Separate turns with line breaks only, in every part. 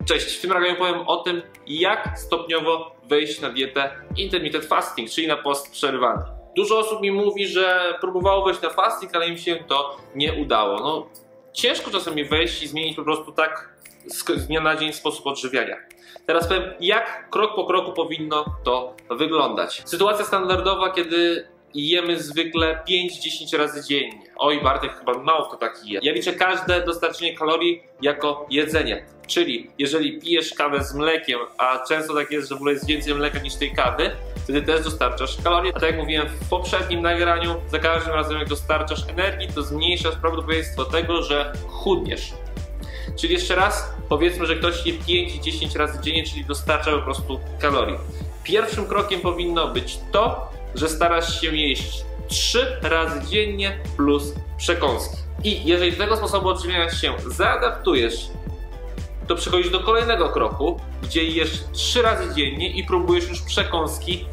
Cześć, w tym nagraniu powiem o tym, jak stopniowo wejść na dietę intermittent fasting, czyli na post przerywany. Dużo osób mi mówi, że próbowało wejść na fasting, ale im się to nie udało. No, ciężko czasami wejść i zmienić po prostu tak z dnia na dzień sposób odżywiania. Teraz powiem, jak krok po kroku powinno to wyglądać. Sytuacja standardowa, kiedy jemy zwykle 5-10 razy dziennie. Oj, Bartek, chyba mało kto taki je. Ja liczę każde dostarczenie kalorii jako jedzenie. Czyli jeżeli pijesz kawę z mlekiem, a często tak jest, że w ogóle jest więcej mleka niż tej kawy, wtedy też dostarczasz kalorii. A tak jak mówiłem w poprzednim nagraniu, za każdym razem jak dostarczasz energii, to zmniejszasz prawdopodobieństwo tego, że chudniesz. Czyli jeszcze raz, powiedzmy, że ktoś je 5-10 razy dziennie, czyli dostarcza po prostu kalorii. Pierwszym krokiem powinno być to, że starasz się jeść 3 razy dziennie plus przekąski. I jeżeli do tego sposobu odżywiania się zaadaptujesz, to przechodzisz do kolejnego kroku, gdzie jesz 3 razy dziennie i próbujesz już przekąski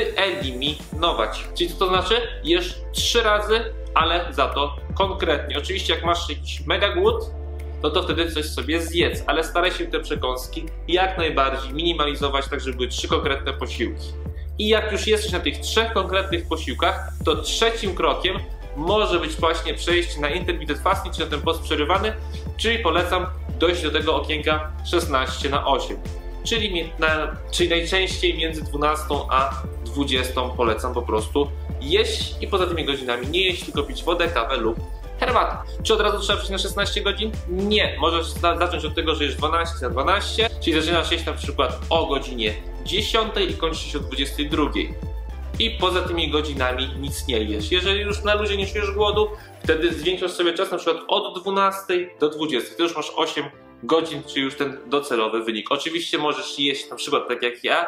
wyeliminować. Czyli co to znaczy? Jesz 3 razy, ale za to konkretnie. Oczywiście jak masz jakiś mega głód, no to wtedy coś sobie zjedz, ale staraj się te przekąski jak najbardziej minimalizować, tak żeby były 3 konkretne posiłki. I jak już jesteś na tych 3 konkretnych posiłkach, to trzecim krokiem może być właśnie przejście na intermittent fasting, czy na ten post przerywany, czyli polecam dojść do tego okienka 16/8. Czyli najczęściej między 12 a 20 polecam po prostu jeść i poza tymi godzinami nie jeść, tylko pić wodę, kawę lub herbatę. Czy od razu trzeba przejść na 16 godzin? Nie. Możesz zacząć od tego, że jesz 12/12, czyli zaczynasz jeść na przykład o godzinie 10 i kończysz o 22. I poza tymi godzinami nic nie jesz. Jeżeli już na luzie nie czujesz głodu, wtedy zwiększasz sobie czas na przykład od 12 do 20. Ty już masz 8 godzin, czyli już ten docelowy wynik. Oczywiście możesz jeść na przykład tak jak ja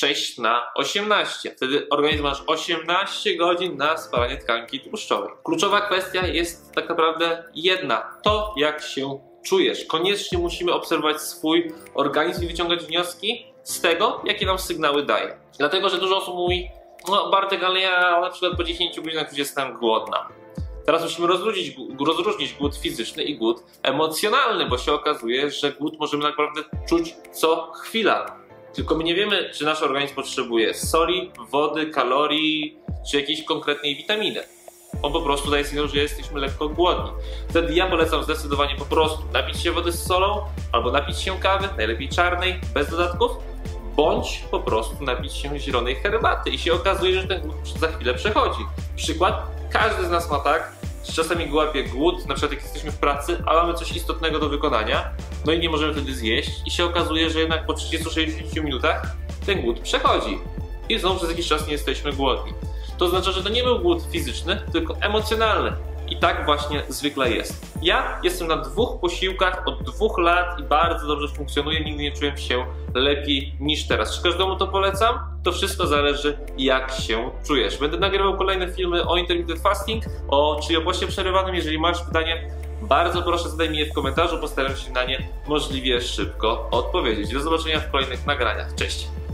6/18. Wtedy organizm masz 18 godzin na spalanie tkanki tłuszczowej. Kluczowa kwestia jest tak naprawdę jedna. To jak się czujesz. Koniecznie musimy obserwować swój organizm i wyciągać wnioski z tego, jakie nam sygnały daje. Dlatego, że dużo osób mówi: no Bartek, ale ja na przykład po 10 godzinach już jestem głodna. Teraz musimy rozróżnić głód fizyczny i głód emocjonalny, bo się okazuje, że głód możemy naprawdę czuć co chwila. Tylko my nie wiemy, czy nasz organizm potrzebuje soli, wody, kalorii, czy jakiejś konkretnej witaminy. On po prostu daje sygnał, że jesteśmy lekko głodni. Wtedy ja polecam zdecydowanie po prostu napić się wody z solą, albo napić się kawy, najlepiej czarnej, bez dodatków, bądź po prostu napić się zielonej herbaty i się okazuje, że ten głód za chwilę przechodzi. Przykład, każdy z nas ma tak, że czasami go łapie głód, na przykład jak jesteśmy w pracy, a mamy coś istotnego do wykonania, no i nie możemy wtedy zjeść i się okazuje, że jednak po 30-60 minutach ten głód przechodzi i znowu przez jakiś czas nie jesteśmy głodni. To oznacza, że to nie był głód fizyczny, tylko emocjonalny. I tak właśnie zwykle jest. Ja jestem na 2 posiłkach od 2 lat i bardzo dobrze funkcjonuję, nigdy nie czułem się lepiej niż teraz. Czy każdemu to polecam? To wszystko zależy, jak się czujesz. Będę nagrywał kolejne filmy o intermittent fasting, czyli o poście przerywanym. Jeżeli masz pytanie, bardzo proszę zadaj mi je w komentarzu, postaram się na nie możliwie szybko odpowiedzieć. Do zobaczenia w kolejnych nagraniach. Cześć!